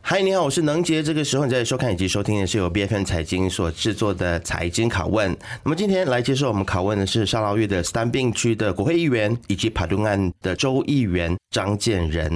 嗨，你好，我是能杰。这个时候你在收看以及收听的是由 BFM 财经所制作的财经拷问。那么今天来接受我们拷问的是沙劳越的斯坦宾区的国会议员以及帕杜安的州议员张建仁。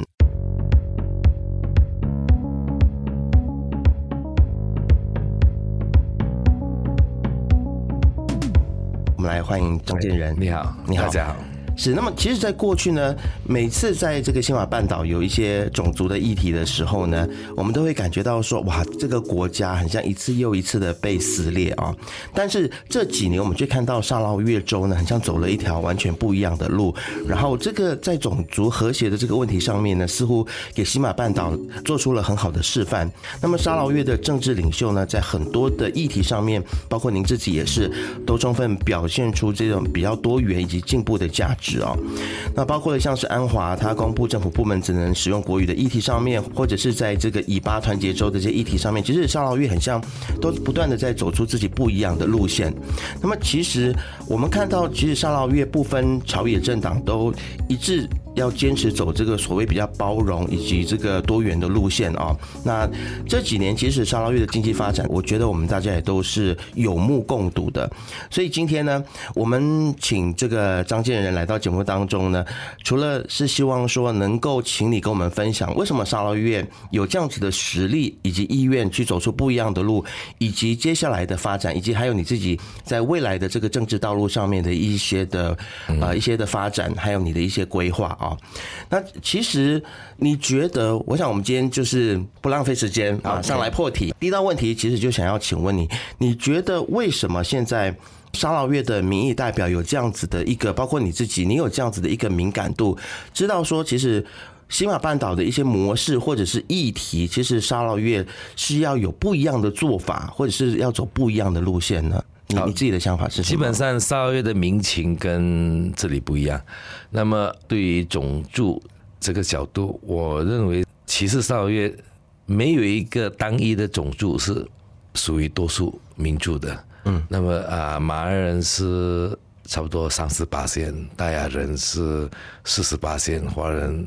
我们来欢迎张建仁。 你好， 你好， 大家好。 是，那么其实在过去呢，每次在这个西马半岛有一些种族的议题的时候呢，我们都会感觉到说，哇，这个国家很像一次又一次的被撕裂啊。但是这几年我们却看到沙劳越州呢，很像走了一条完全不一样的路。然后这个在种族和谐的这个问题上面呢，似乎给西马半岛做出了很好的示范。那么沙劳越的政治领袖呢，在很多的议题上面，包括您自己也是，都充分表现出这种比较多元以及进步的价值。那包括了像是安华他公布政府部门只能使用国语的议题上面，或者是在这个以巴团结州的这些议题上面，其实沙劳越很像都不断的在走出自己不一样的路线。那么其实我们看到，其实沙劳越不分朝野政党都一致要坚持走这个所谓比较包容以及这个多元的路线啊。那这几年其实沙劳越的经济发展，我觉得我们大家也都是有目共睹的。所以今天呢，我们请这个张建仁来到节目当中呢，除了是希望说能够请你跟我们分享为什么沙劳越有这样子的实力以及意愿去走出不一样的路，以及接下来的发展，以及还有你自己在未来的这个政治道路上面的一些的发展，还有你的一些规划啊。那其实你觉得，我想我们今天就是不浪费时间啊，上来破题。第一道问题其实就想要请问你，你觉得为什么现在沙劳越的民意代表有这样子的一个，包括你自己，你有这样子的一个敏感度，知道说其实西马半岛的一些模式或者是议题，其实沙劳越是要有不一样的做法，或者是要走不一样的路线呢？你自己的想法是什么？ 基本上沙劳越的民情跟这里不一样。那么对于种族这个角度，我认为其实沙劳越没有一个单一的种族是属于多数民族的。那么马来人是差不多38%，大雅人是48%，华人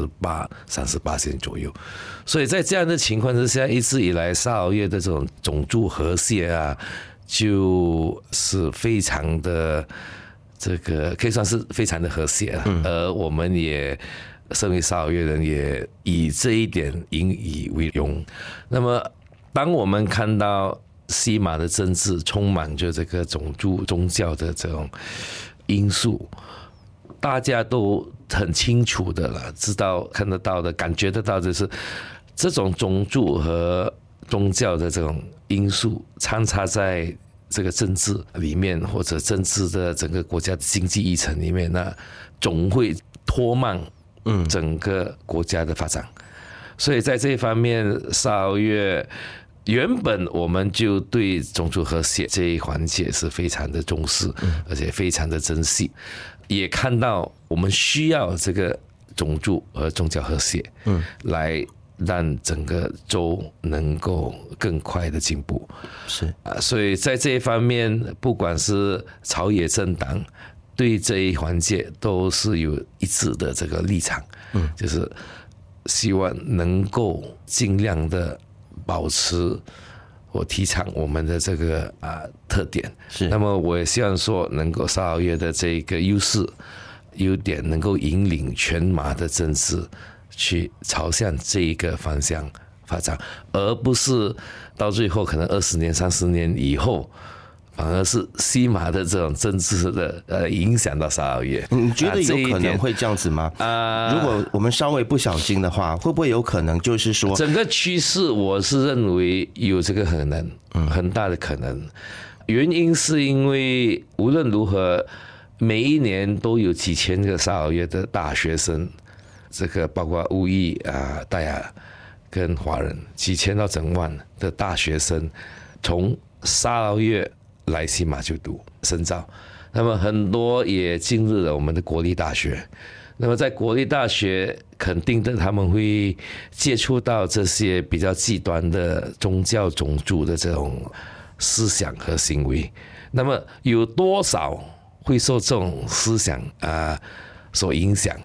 28-30%左右。所以在这样的情况之下，一直以来沙劳越的这种种族和谐啊，就是非常的这个可以算是非常的和谐了。而我们也身为沙劳越人，也以这一点引以为荣。那么当我们看到西马的政治充满着这个种族宗教的这种因素，大家都很清楚的了，知道看得到的感觉得到，就是这种种族和宗教的这种因素掺杂在这个政治里面，或者政治的整个国家经济议程里面，那总会拖慢整个国家的发展。所以在这一方面，沙劳越原本我们就对种族和谐这一环节是非常的重视，而且非常的珍惜，也看到我们需要这个种族和宗教和谐，来让整个州能够更快的进步。 是所以在这一方面，不管是朝野政党对这一环节都是有一致的这个立场，就是希望能够尽量的保持或提倡我们的这个特点。是，那么我也希望说，能够沙劳越的这个优点能够引领全马的政治去朝向这一个方向发展，而不是到最后可能20年、30年以后，反而是西马的这种政治的影响到沙劳越。 你觉得有可能会这样子吗？如果我们稍微不小心的话，会不会有可能就是说， 整个趋势我是认为有这个可能，很大的可能。原因是因为无论如何，每一年都有几千个沙劳越的大学生，这个包括巫裔大雅跟华人，几千到整万的大学生从沙劳越来西马就读深造，那么很多也进入了我们的国立大学。那么在国立大学，肯定的他们会接触到这些比较极端的宗教种族的这种思想和行为。那么有多少会受这种思想所影响？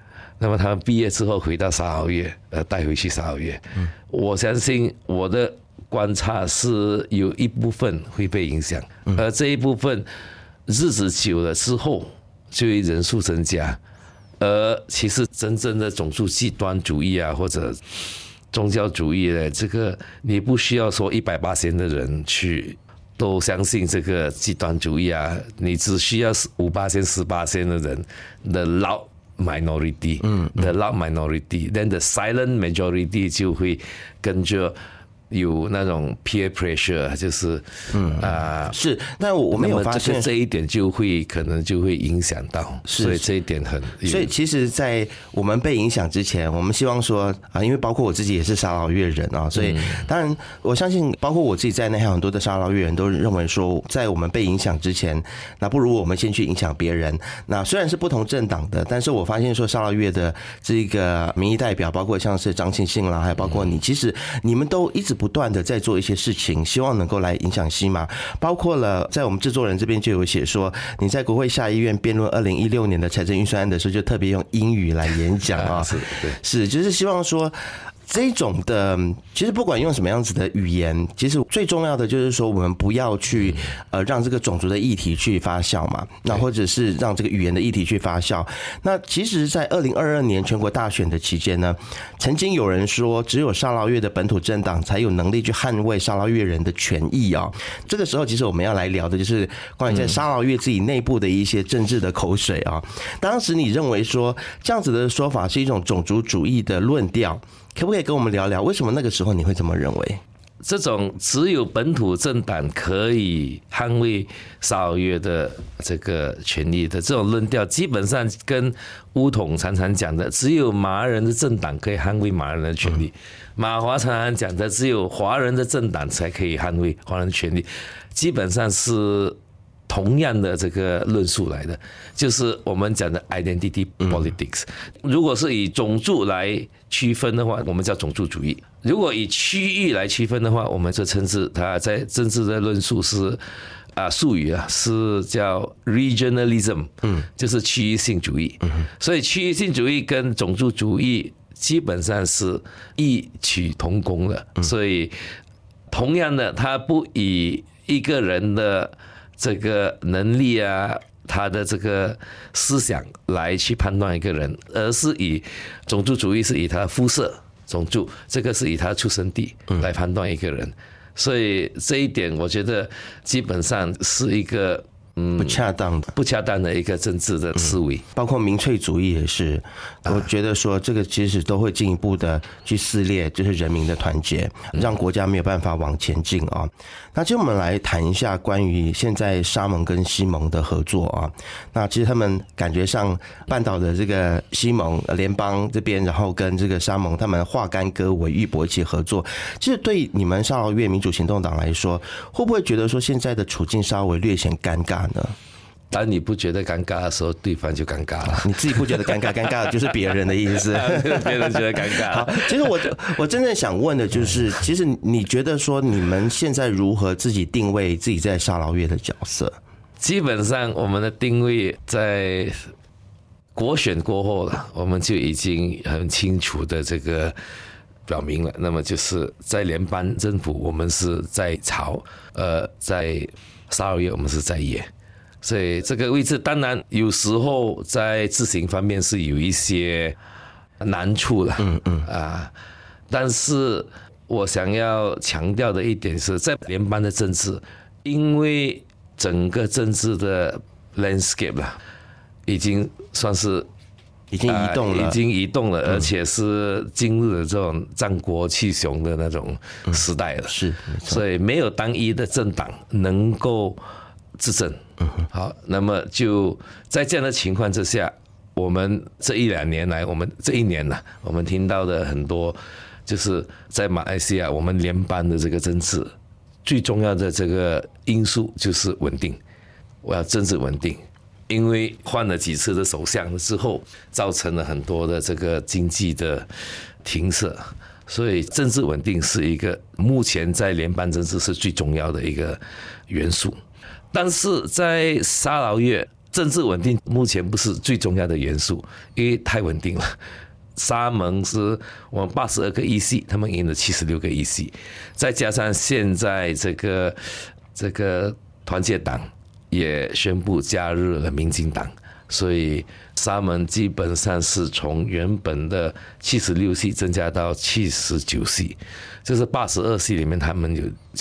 那么他们毕业之后回到沙劳越，带回去沙劳越。我相信我的观察是有一部分会被影响，而这一部分日子久了之后，就会人数增加。而其实真正的种族极端主义啊，或者宗教主义的这个，你不需要说100%的人去都相信这个极端主义啊，你只需要5%、10%的人的loud minority，the loud minority，then the silent majority 就会跟着有那种 peer pressure， 就是是，但我没有发现这一点可能就会影响到，所以这一点所以其实，在我们被影响之前，我们希望说因为包括我自己也是沙劳越人啊，所以当然我相信，包括我自己在内，还有很多的沙劳越人都认为说，在我们被影响之前，那不如我们先去影响别人。那虽然是不同政党的，但是我发现说沙劳越的这个民意代表，包括像是张庆信啦，还有包括你，其实你们都一直不断的在做一些事情，希望能够来影响西马，包括了在我们制作人这边就有写说，你在国会下议院辩论2016年的财政预算案的时候，就特别用英语来演讲啊，是，就是希望说。这种的，其实不管用什么样子的语言，其实最重要的就是说，我们不要去让这个种族的议题去发酵嘛，那或者是让这个语言的议题去发酵。那其实，在2022年全国大选的期间呢，曾经有人说，只有沙劳越的本土政党才有能力去捍卫沙劳越人的权益啊。这个时候，其实我们要来聊的就是关于在沙劳越自己内部的一些政治的口水啊。当时你认为说这样子的说法是一种种族主义的论调？可不可以跟我们聊聊，为什么那个时候你会这么认为？ 这种只有本土政党可以捍卫沙劳越的这个权利的这种论调，基本上跟巫统常常讲的只有马来人的政党可以捍卫马来人的权利，马华常常讲的只有华人的政党才可以捍卫华人的权利，基本上是同样的这个论述来的，就是我们讲的 identity politics。如果是以种族来区分的话，我们叫种族主义；如果以区域来区分的话，我们就称之它在政治的论述是术语是叫 regionalism， 就是区域性主义。所以区域性主义跟种族主义基本上是异曲同工的，所以同样的，它不以一个人的这个能力啊，他的这个思想来去判断一个人，而是以种族主义是以他的肤色、种族，这个是以他的出生地来判断一个人。所以这一点，我觉得基本上是一个不恰当的一个政治的思维， 包括民粹主义也是。我觉得说这个其实都会进一步的去撕裂，就是人民的团结，让国家没有办法往前进啊。那接着我们来谈一下关于现在沙盟跟西盟的合作啊。那其实他们感觉上半岛的这个西盟联邦这边，然后跟这个沙盟他们化干戈为玉帛一起合作，其实对你们沙劳越民主行动党来说，会不会觉得说现在的处境稍微略显尴尬呢？ 当你不觉得尴尬的时候，对方就尴尬了。 你自己不觉得尴尬，尴尬的就是别人的意思。 别人觉得尴尬。 好，其实我真正想问的就是，其实你觉得说你们现在如何自己定位自己在沙劳越的角色？ 基本上我们的定位在国选过后了，我们就已经很清楚的这个表明了。那么就是在联邦政府，我们是在朝；在沙劳越，我们是在野。所以这个位置当然有时候在执行方面是有一些难处了，但是我想要强调的一点是在联邦的政治，因为整个政治的 landscape 了，已经算是已经移动了， 而且是进入了这种战国七雄的那种时代了， 是， 所以没有单一的政党能够执政。好，那么就在这样的情况之下，我们这1-2年来，我们这1年呢，我们听到的很多，就是在马来西亚，我们联邦的这个政治最重要的这个因素就是稳定，我要政治稳定，因为换了几次的首相之后，造成了很多的这个经济的停塞，所以政治稳定是一个目前在联邦政治是最重要的一个元素。但是在沙劳越政治稳定目前不是最重要的元素，因为太稳定了。沙盟是我们82个议席，他们赢了76个议席，再加上现在这个团结党也宣布加入了民进党，所以沙盟基本上是从原本的76席增加到79席，就是82席里面他们有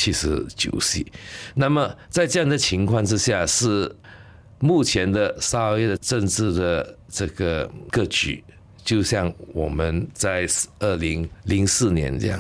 79席。那么在这样的情况之下，是目前的沙劳越的政治的这个格局，就像我们在2004年这样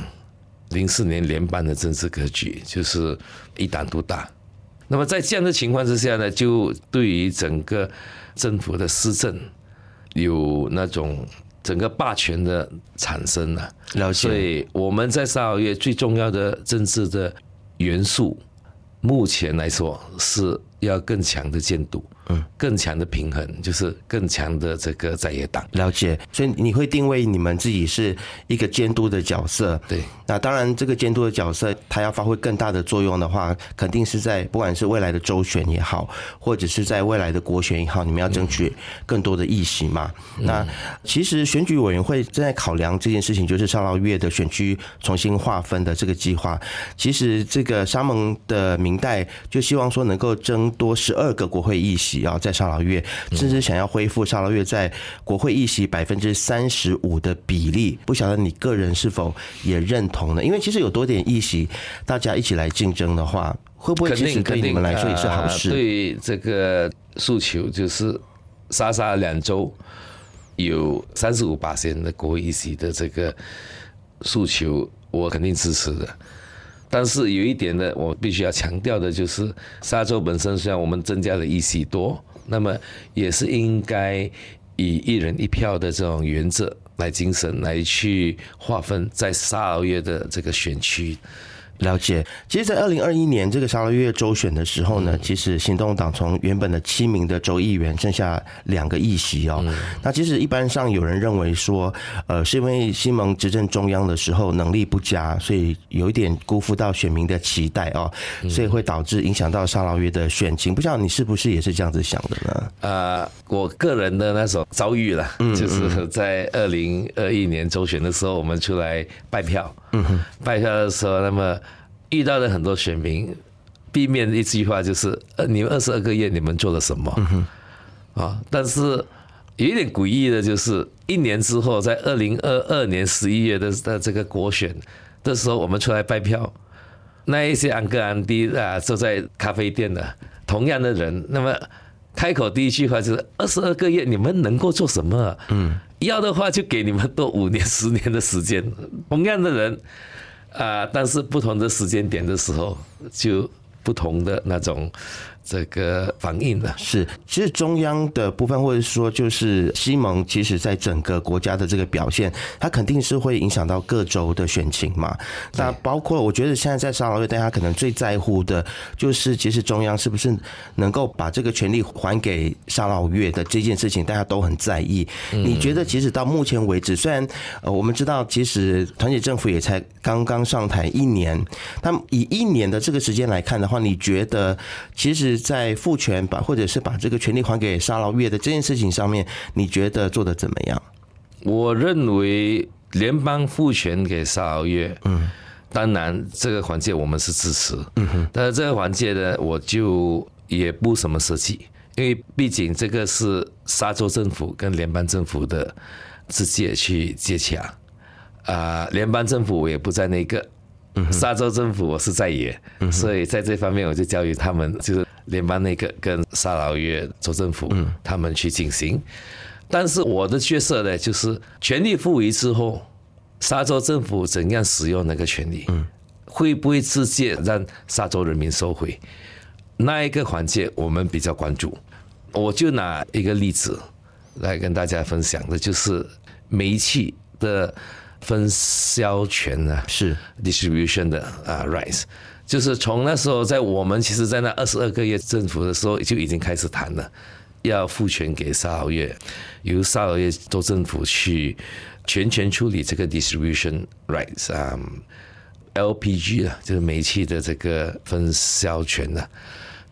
，04年联邦的政治格局就是一党独大。那么在这样的情况之下呢，就对于整个政府的施政有那种整个霸权的产生了。所以我们在沙劳越最重要的政治的元素，目前来说是要更强的监督，更强的平衡，就是更强的这个在野党。 了解，所以你会定位你们自己是一个监督的角色。 对， 那当然这个监督的角色，它要发挥更大的作用的话，肯定是在不管是未来的州选也好，或者是在未来的国选也好，你们要争取更多的议席嘛。那其实选举委员会正在考量这件事情，就是沙劳越的选区重新划分的这个计划。其实这个沙盟的民代就希望说能够争多12个国会议席啊，在沙劳越，甚至想要恢复沙劳越在国会议席35%的比例。不晓得你个人是否也认同呢？因为其实有多点议席，大家一起来竞争的话，会不会其实对你们来说也是好事？ 对于这个诉求，就是沙2州有35%的国会议席的这个诉求，我肯定支持的。但是有一点呢，我必须要强调的就是，沙州本身虽然我们增加了议席多，那么也是应该以一人一票的这种原则来精神来去划分在沙劳越的这个选区。 了解。其实在2021年这个沙劳越州选的时候呢，其实行动党从原本的7名的州议员剩下2个议席哦。那其实一般上有人认为说，是因为西蒙执政中央的时候能力不佳，所以有一点辜负到选民的期待哦，所以会导致影响到沙劳越的选情。不知道你是不是也是这样子想的呢？我个人的那种遭遇了，就是在2021年州选的时候，我们出来拜票，拜票的时候，那么遇到了很多选民，避免的一句话就是：你们22个月你们做了什么？但是有一点诡异的就是，1年之后，在2022年11月的这个国选的时候，我们出来拜票，那一些安哥安弟坐在咖啡店的同样的人，那么开口第一句话就是：22个月你们能够做什么？要的话就给你们多5年、10年的时间。同样的人。但是不同的时间点的时候，就不同的那种这个反应了。 是，其实中央的部分，或者说就是西蒙，其实在整个国家的这个表现，它肯定是会影响到各州的选情嘛。那包括我觉得现在在沙劳越，大家可能最在乎的就是，其实中央是不是能够把这个权力还给沙劳越的这件事情，大家都很在意。你觉得，其实到目前为止，虽然我们知道，其实团结政府也才刚刚上台1年，那以1年的这个时间来看的话，你觉得其实在赋权或者是把这个权力还给沙劳越的这件事情上面，你觉得做得怎么样？ 我认为联邦赋权给沙劳越，当然这个环节我们是支持，但是这个环节呢，我就也不什么设计，因为毕竟这个是沙州政府跟联邦政府的直接去接洽，联邦政府我也不在那个。沙州政府我是在野，所以在这方面我就交予他们，就是联邦那个跟沙劳越州政府他们去进行。但是我的角色呢，就是权力赋予之后，沙州政府怎样使用那个权力，会不会直接让沙州人民收回？那一个环节我们比较关注。我就拿一个例子来跟大家分享的，就是煤气的分销权呢，是 distribution 的rights， 就是从那时候在我们其实在那22个月政府的时候就已经开始谈了，要赋权给沙劳越，由沙劳越州政府去全权处理这个 distribution rights，LPG 就是煤气的这个分销权的。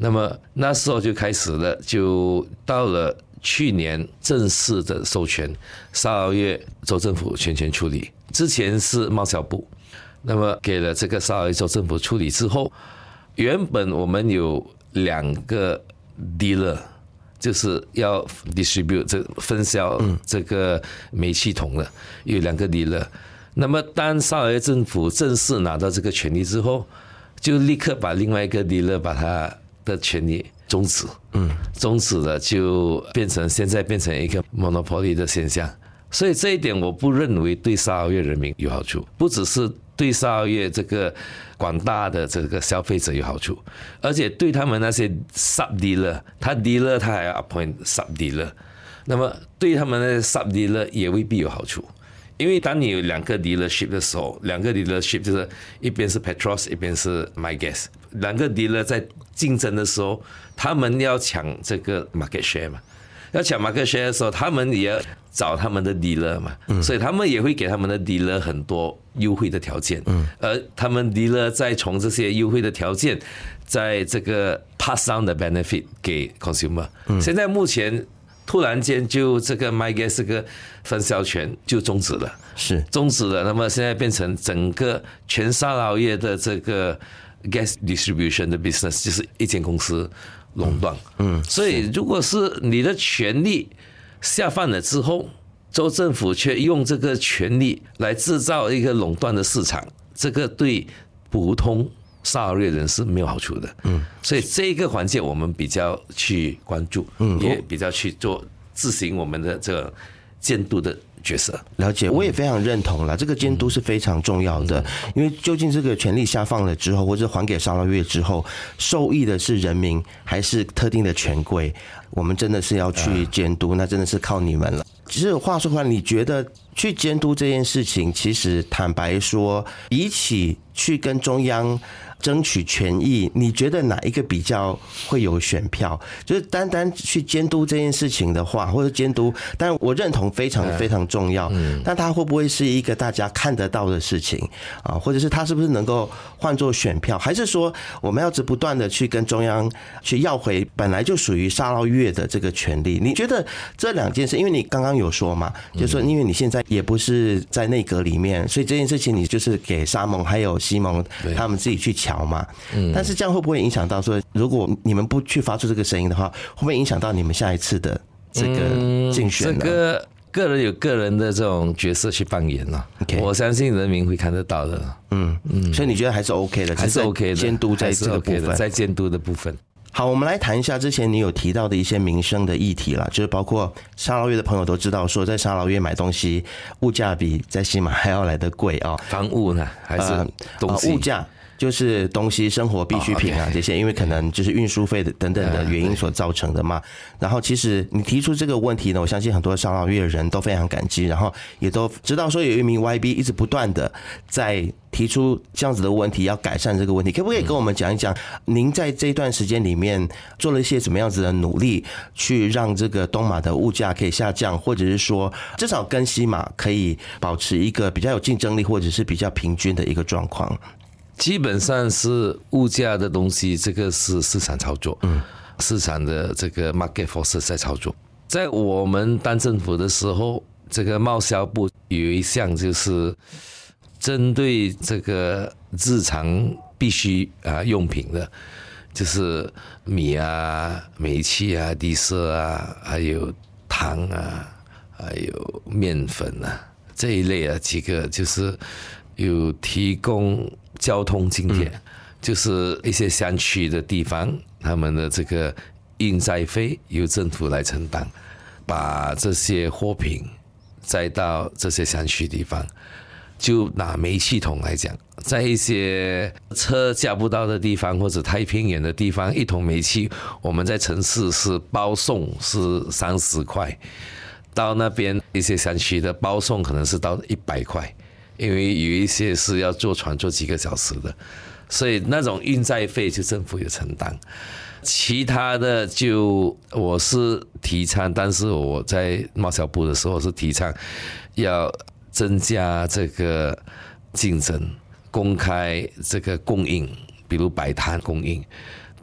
那么那时候就开始了，就到了去年正式的授权，沙劳越州政府全权处理。之前是贸销部，那么给了这个沙劳越州政府处理之后，原本我们有2个 dealer， 就是要 distribute 这分销这个煤气桶的，有2个 dealer。那么当沙劳越政府正式拿到这个权利之后，就立刻把另外一个 dealer 把他的权利终止，终止了，就现在变成一个 monopoly 的现象。所以这一点我不认为对沙劳越人民有好处，不只是对沙劳越这个广大的这个消费者有好处，而且对他们那些 sub dealer， 他 dealer 他还要 appoint sub dealer， 那么对他们那些 sub dealer 也未必有好处。因为当你有2个 dealership 的时候，2个 dealership 就是一边是 Petros， 一边是 MyGas，2个 dealer 在竞争的时候，他们要抢这个 market share 嘛，要抢 market share 的时候，他们也要找他们的 dealer 嘛，所以他们也会给他们的 dealer 很多优惠的条件，而他们 dealer 再从这些优惠的条件，在这个 pass down 的 benefit 给 consumer。现在目前突然间就这个 MyGas 这个分销权就终止了，终止了。那么现在变成整个全沙劳越的这个 gas distribution 的 business 就是一间公司垄断。所以如果是你的权利下放了之后，州政府却用这个权利来制造一个垄断的市场，这个对普通沙劳越人是没有好处的，所以这个环节我们比较去关注，也比较去做执行我们的这个监督的角色。 了解，我也非常认同了，这个监督是非常重要的，因为究竟这个权利下放了之后，或者还给沙劳越之后，受益的是人民还是特定的权贵，我们真的是要去监督，那真的是靠你们了。其实话说回来，你觉得去监督这件事情，其实坦白说，比起去跟中央争取权益，你觉得哪一个比较会有选票？就是单单去监督这件事情的话，或者监督，但我认同非常非常重要，但它会不会是一个大家看得到的事情啊？或者是它是不是能够换作选票？还是说我们要不断的去跟中央去要回本来就属于沙劳越的这个权利？你觉得这2件事，因为你刚刚有说嘛，就是说因为你现在也不是在内阁里面，所以这件事情你就是给沙盟还有西盟他们自己去瞧嘛。但是这样会不会影响到说，如果你们不去发出这个声音的话，会不会影响到你们下一次的这个竞选呢？ 这个个人有个人的这种角色去扮演了，我相信人民会看得到的。 所以你觉得还是 OK 的， 还是 OK 的， 监督在这个部分， 在监督的部分。 好，我们来谈一下之前你有提到的一些民生的议题啦，就是包括沙劳越的朋友都知道说，在沙劳越买东西物价比在西马还要来得贵啊。 房屋呢，还是东西？ 物价就是东西生活必需品啊这些，因为可能就是运输费的等等的原因所造成的嘛。然后其实你提出这个问题呢，我相信很多沙劳越的人都非常感激，然后也都知道说有一名 YB 一直不断的在提出这样子的问题，要改善这个问题。可不可以跟我们讲一讲，您在这一段时间里面做了一些什么样子的努力，去让这个东马的物价可以下降，或者是说至少跟西马可以保持一个比较有竞争力，或者是比较平均的一个状况？ 基本上是物价的东西，这个是市场操作，市场的这个 market forces 在操作。在我们当政府的时候，这个贸销部有一项就是针对这个日常必需用品的，就是米啊、煤气啊、地色啊，还有糖啊，还有面粉啊这一类几个，就是有提供交通津贴，就是一些山区的地方，他们的这个运载费由政府来承担，把这些货品载到这些山区地方。就拿煤气桶来讲，在一些车驾不到的地方或者太偏远的地方，一桶煤气我们在城市是包送是30块，到那边一些山区的包送可能是到100块，因为有一些是要坐船坐几个小时的，所以那种运载费就政府有承担。其他的就我是提倡，但是我在贸销部的时候是提倡要增加这个竞争，公开这个供应，比如摆摊供应，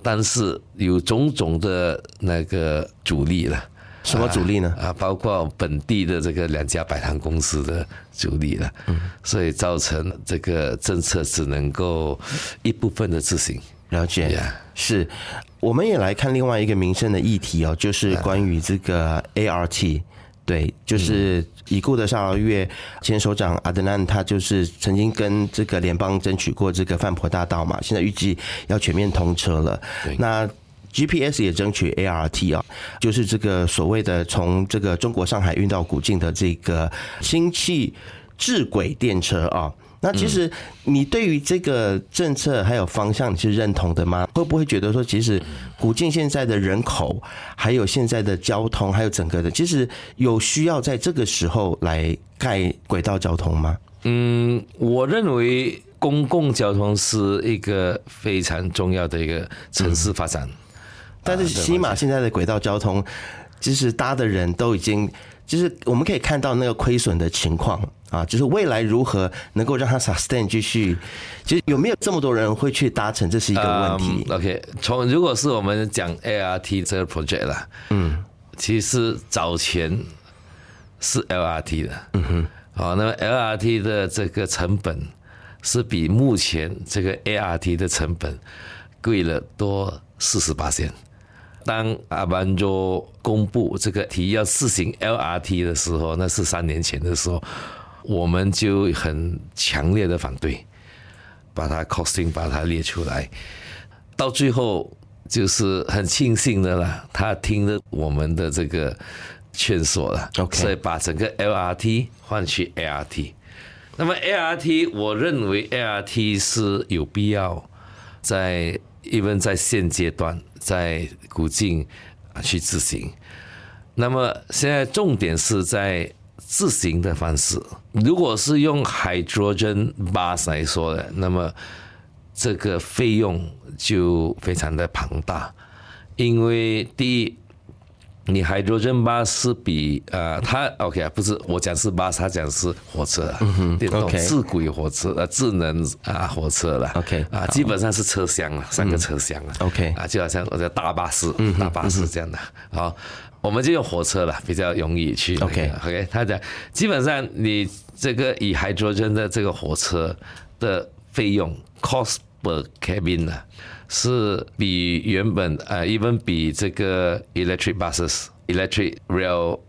但是有种种的那个阻力了。 什么阻力呢？ 包括本地的这个2家摆摊公司的阻力了，所以造成这个政策只能够一部分的执行。 了解，是。我们也来看另外一个民生的议题哦，就是关于这个 ART。对，就是已故的沙劳越前首长阿德南，他就是曾经跟这个联邦争取过这个范婆大道嘛，现在预计要全面通车了。那GPS 也争取 ART 啊，就是这个所谓的从这个中国上海运到古晋的这个氢气智轨电车啊。那其实你对于这个政策还有方向你是认同的吗？会不会觉得说，其实古晋现在的人口，还有现在的交通，还有整个的，其实有需要在这个时候来盖轨道交通吗？ 我认为公共交通是一个非常重要的一个城市发展。 但是起码现在的轨道交通，就是搭的人都已经，就是我们可以看到那个亏损的情况啊，就是未来如何能够让它 sustain 继续，就是有没有这么多人会去搭乘，这是一个问题。 OK， 如果是我们讲 ART 这个 project 啦，其实早前是 LRT 的，好，那么 LRT 的这个成本是比目前这个 ART 的成本贵了多40%。当阿班佐公布这个提议要试行 LRT 的时候，那是3年前的时候，我们就很强烈的反对，把它 costing 把它列出来。到最后就是很庆幸的啦，他听了我们的这个劝说了，所以把整个 LRT 换去 ART。那么 ART， 我认为 ART 是有必要在even 在现阶段在古晋去自行。那么现在重点是在自行的方式。如果是用 hydrogen bus 来说的，那么这个费用就非常的庞大，因为第一，你 hydrogen bus 是比它 OK 不是我讲是 bus， 他讲是火车，电动智轨火车智能火车了 ，OK 基本上是车厢了，3个车厢了 ，OK 就好像我的大巴士，大巴士这样的，好，我们就用火车了，比较容易去 OK， 他讲基本上你这个以 hydrogen 的这个火车的费用 cost per cabin 呢，是比原本even 比这个 electric buses、electric rail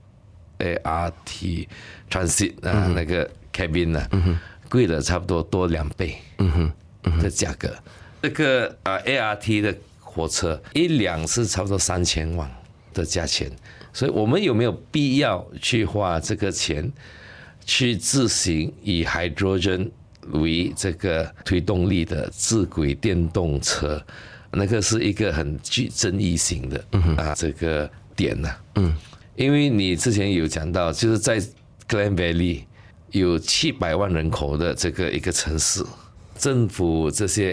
ART transit 那个 cabin 呢，贵了差不多多2倍的价格。这个ART 的火车一辆是差不多3000万的价钱，所以我们有没有必要去花这个钱去自行以 hydrogen为这个推动力的智轨电动车？那个是一个很具争议性的这个点呢。因为你之前有讲到，就是在 Klang Valley 有700万人口的这个一个城市，政府这些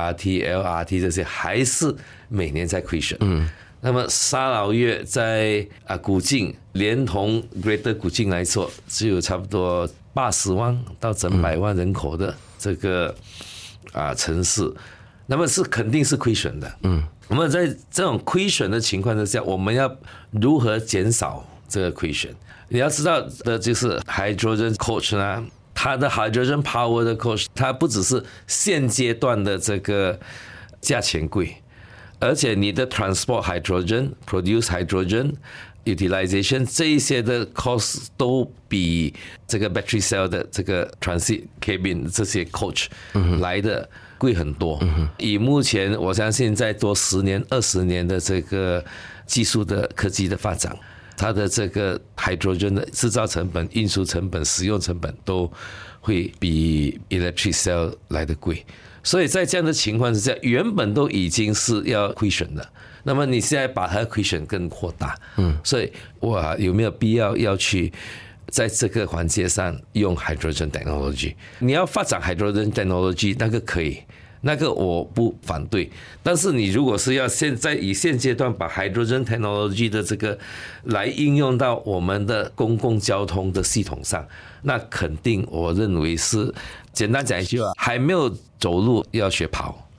ART、LRT 这些还是每年在亏损。那么沙劳越在古晋，连同 Greater 古晋来说，只有差不多80万到整100万人口的这个城市。那么是肯定是亏损的。我们在这种亏损的情况之下，我们要如何减少这个亏损？你要知道的就是 hydrogen coach 呢，它的 hydrogen power 的 coach， 它不只是现阶段的这个价钱贵，而且你的 transport hydrogen、produce hydrogen、utilization 这一些的 cost 都比这个 battery cell 的这个 transit cabin 这些 coach 来的贵很多。以目前我相信再多10年、20年的这个技术的科技的发展，它的这个 hydrogen 的制造成本、运输成本、使用成本都会比 electric cell 来的贵。所以在这样的情况之下，原本都已经是要亏损的，那么你现在把它的亏损更扩大。所以我有没有必要要去在这个环节上用 hydrogen technology？ 你要发展 hydrogen technology， 那个可以，那个我不反对。但是你如果是要现阶段把 hydrogen technology 的这个来应用到我们的公共交通的系统上，那肯定我认为是简单讲一句话，还没有走路要学跑。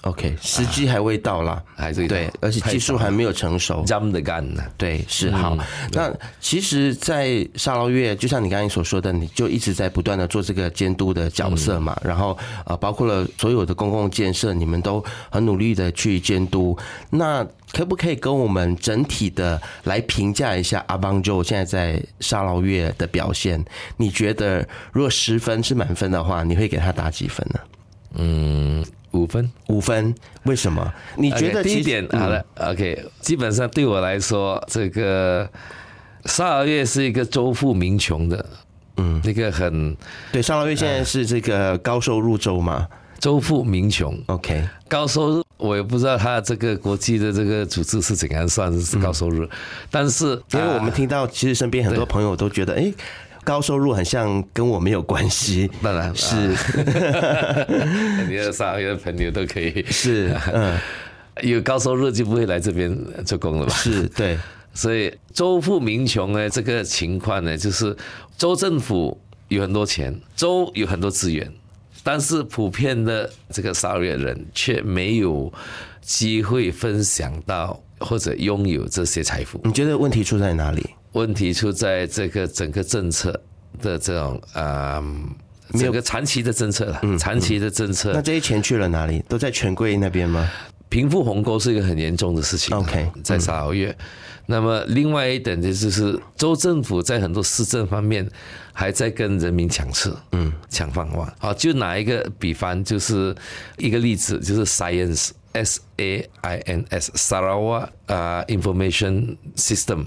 OK， 时机还未到啦， 还是对，而且技术还没有成熟。 jump the gun 呢？ 对，是好。那其实，在沙捞越，就像你刚才所说的，你就一直在不断的做这个监督的角色嘛。然后包括了所有的公共建设，你们都很努力的去监督。那可不可以跟我们整体的来评价一下阿邦就现在在沙捞越的表现？你觉得如果10分是满分的话，你会给他打几分呢 ？5分 ，5分，为什么？你觉得第一点好了，OK， 基本上对我来说，这个沙捞越是一个州富民穷的，那个很对，沙捞越现在是这个高收入州嘛， 州富民穷 ，OK， 高收入我也不知道他这个国际的这个组织是怎样算是高收入，但是因为我们听到，其实身边很多朋友都觉得，哎。高收入很像跟我没有关系， 当然是， 你的沙捞越的朋友都可以是， 有高收入就不会来这边做工了吧？ 是，对， 所以州富民穷呢，这个情况呢，就是州政府有很多钱，州有很多资源，但是普遍的这个沙捞越人却没有机会分享到或者拥有这些财富。 你觉得问题出在哪里？ 问题出在这个整个政策的这种整个长期的政策了，长期的政策。 那这些钱去了哪里？都在权贵那边吗？ 贫富鸿沟是一个很严重的事情。 OK， 在沙捞越。那么另外一点就是州政府在很多施政方面还在跟人民抢吃，抢饭碗。好，就拿一个比方，就是一个例子，就是 SAINS Sarawak Information System，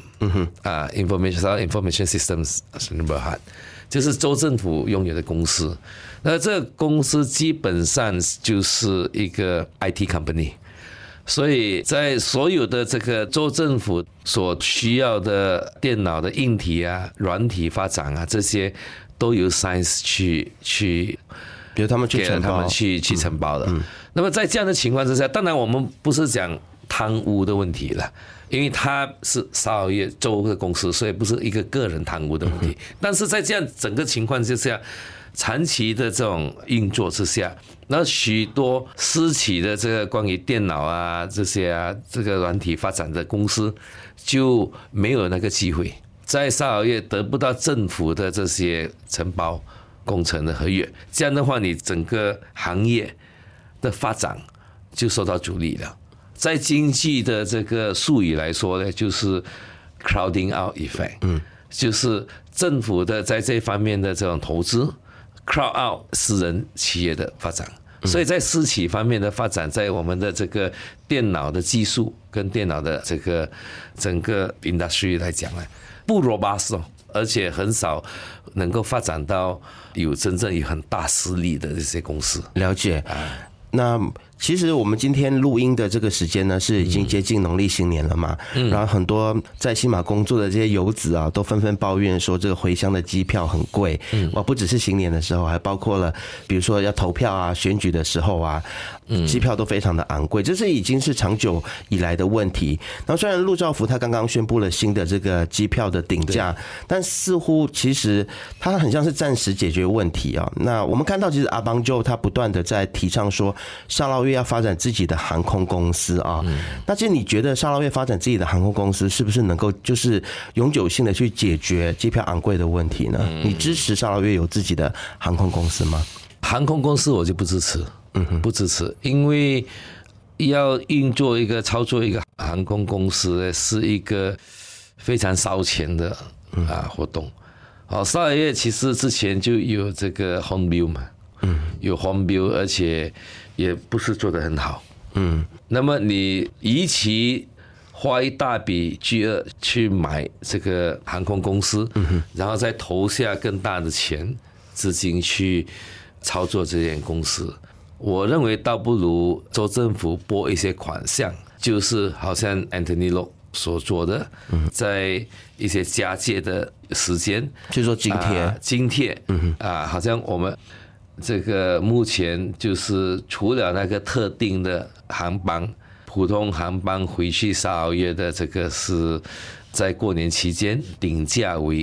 Information Systems 就是州政府拥有的公司。那这个公司基本上就是一个 IT company。所以在所有的这个州政府所需要的电脑的硬体啊、软体发展啊，这些都由 Science 去， 比如他们去承包， 给了他们去承包的。那么在这样的情况之下，当然我们不是讲贪污的问题了，因为它是沙捞越州的公司，所以不是一个个人贪污的问题。但是在这样整个情况之下，长期的这种运作之下，那许多私企的这个关于电脑啊这些啊这个软体发展的公司就没有那个机会，在沙捞越得不到政府的这些承包工程的合约，这样的话你整个行业的发展就受到阻力了。在经济的这个术语来说呢，就是 crowding out effect，就是政府的在这方面的这种投资crowd out 私人企业的发展，所以在私企方面的发展，在我们的这个电脑的技术跟电脑的这个整个 industry 来讲呢，不 robust， 而且很少能够发展到有真正有很大实力的这些公司。 了解。那其实我们今天录音的这个时间呢，是已经接近农历新年了嘛，然后很多在新马工作的这些游子啊，都纷纷抱怨说这个回乡的机票很贵，不只是新年的时候，还包括了比如说要投票啊、选举的时候啊，机票都非常的昂贵，这是已经是长久以来的问题。然后虽然陆兆福他刚刚宣布了新的这个机票的顶价，但似乎其实他很像是暂时解决问题啊。那我们看到其实阿邦就他不断的在提倡说沙捞越要发展自己的航空公司啊。那其实你觉得沙捞越发展自己的航空公司是不是能够就是永久性的去解决机票昂贵的问题呢？你支持沙捞越有自己的航空公司吗？ 航空公司我就不支持。不支持，因为要操作一个航空公司是一个非常烧钱的活动。好，沙捞越其实之前就有这个 home build 嘛，有 home build， 而且也不是做得很好。那么你与其花一大笔巨额去买这个航空公司，然后再投下更大的资金去操作这间公司，我认为倒不如州政府拨一些款项，就是好像 Anthony Loke 所做的，在一些加界的时间， 去做津贴， 好像我们这个目前就是除了那个特定的航班，普通航班回去沙捞越的这个是在过年期间顶价为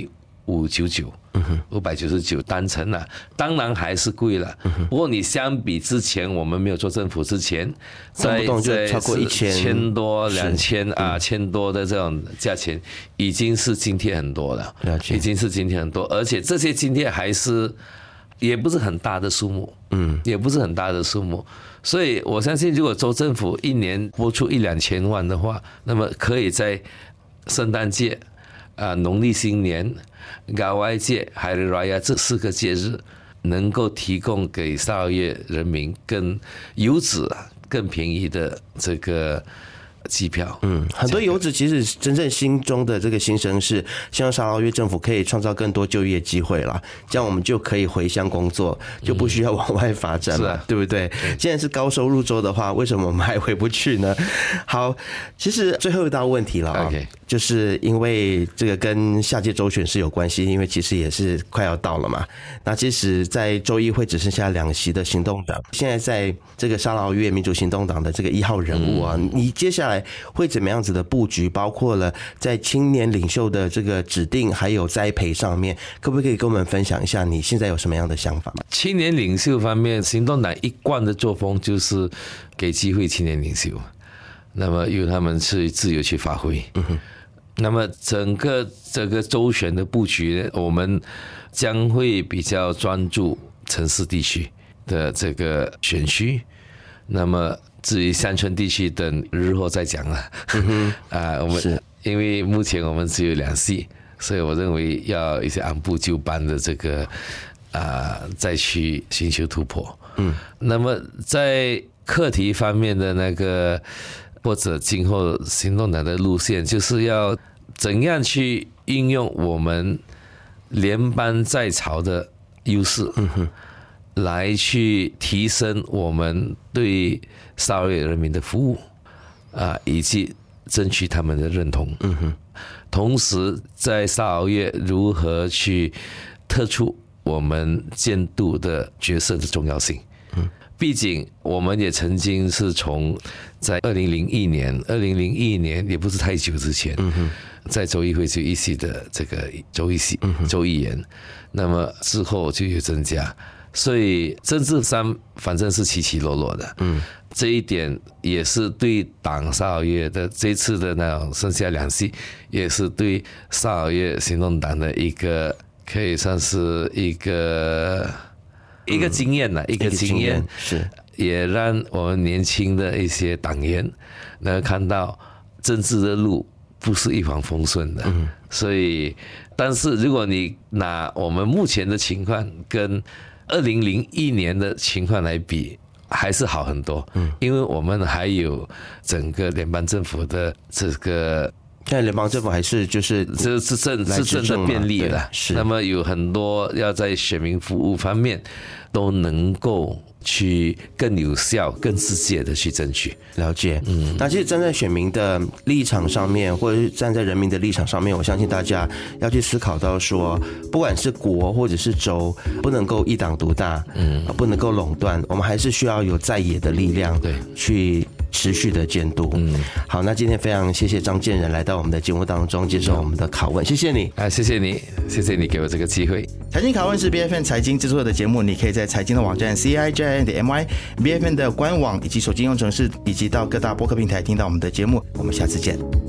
599单程了，当然还是贵了。不过你相比之前我们没有做政府之前， 动不动就超过1000 多、20001000多的这种价钱，已经是津贴很多了，已经是津贴很多，而且这些津贴还是也不是很大的数目，也不是很大的数目。所以我相信，如果州政府一年拨出1-2千万的话，那么可以在圣诞节、农历新年、嘎歪节、海日Raya这4个节日，能够提供给沙劳越人民更游子更便宜的这个机票。 很多游子其实真正心中的这个心声是希望沙劳越政府可以创造更多就业机会啦，这样我们就可以回乡工作，就不需要往外发展了，对不对？既然是高收入州的话，为什么我们还回不去呢？好，其实最后一道问题了就是因为这个跟下届州选是有关系，因为其实也是快要到了嘛。那其实在州议会只剩下2席的行动党，现在在这个沙劳越民主行动党的这个1号人物啊，你接下来会怎么样子的布局？包括了在青年领袖的这个指定还有栽培上面，可不可以跟我们分享一下你现在有什么样的想法？ 青年领袖方面，行动党一贯的作风就是给机会青年领袖，那么由他们去自由去发挥。那么整个这个州选的布局，我们将会比较专注城市地区的这个选区，那么至于乡村地区等日后再讲了。我们因为目前我们只有2席，所以我认为要一些按部就班的这个再去寻求突破。那么在课题方面的那个或者今后行动党的路线，就是要怎样去运用我们联邦在朝的优势，来去提升我们对沙劳越人民的服务以及争取他们的认同。同时在沙劳越如何去突出我们监督的角色的重要性。毕竟我们也曾经是从在2001年也不是太久之前，在州议会就1席的这个州议员，那么之后就有增加，所以政治上反正是起起落落的。这一点也是对党沙劳越的这次的那种剩下2席，也是对沙劳越行动党的一个可以算是一个经验了，一个经验是也让我们年轻的一些党员能够看到政治的路不是一帆风顺的。所以但是如果你拿我们目前的情况跟2001年的情况来比，还是好很多。因为我们还有整个联邦政府的这个， 现在联邦政府还是就是执政的便利了，那么有很多要在选民服务方面都能够去更有效、更直接的去争取。 了解。那其实站在选民的立场上面，或者是站在人民的立场上面，我相信大家要去思考到说，不管是国或者是州，不能够一党独大，不能够垄断，我们还是需要有在野的力量，对，去持续的监督。好，那今天非常谢谢张建仁来到我们的节目当中接受我们的拷问，谢谢你。 谢谢你，谢谢你给我这个机会。 财经拷问是 BFM 财经制作的节目，你可以在财经的网站 CIJIN.my、BFM 的官网以及手机应用程式，以及到各大播客平台听到我们的节目。我们下次见。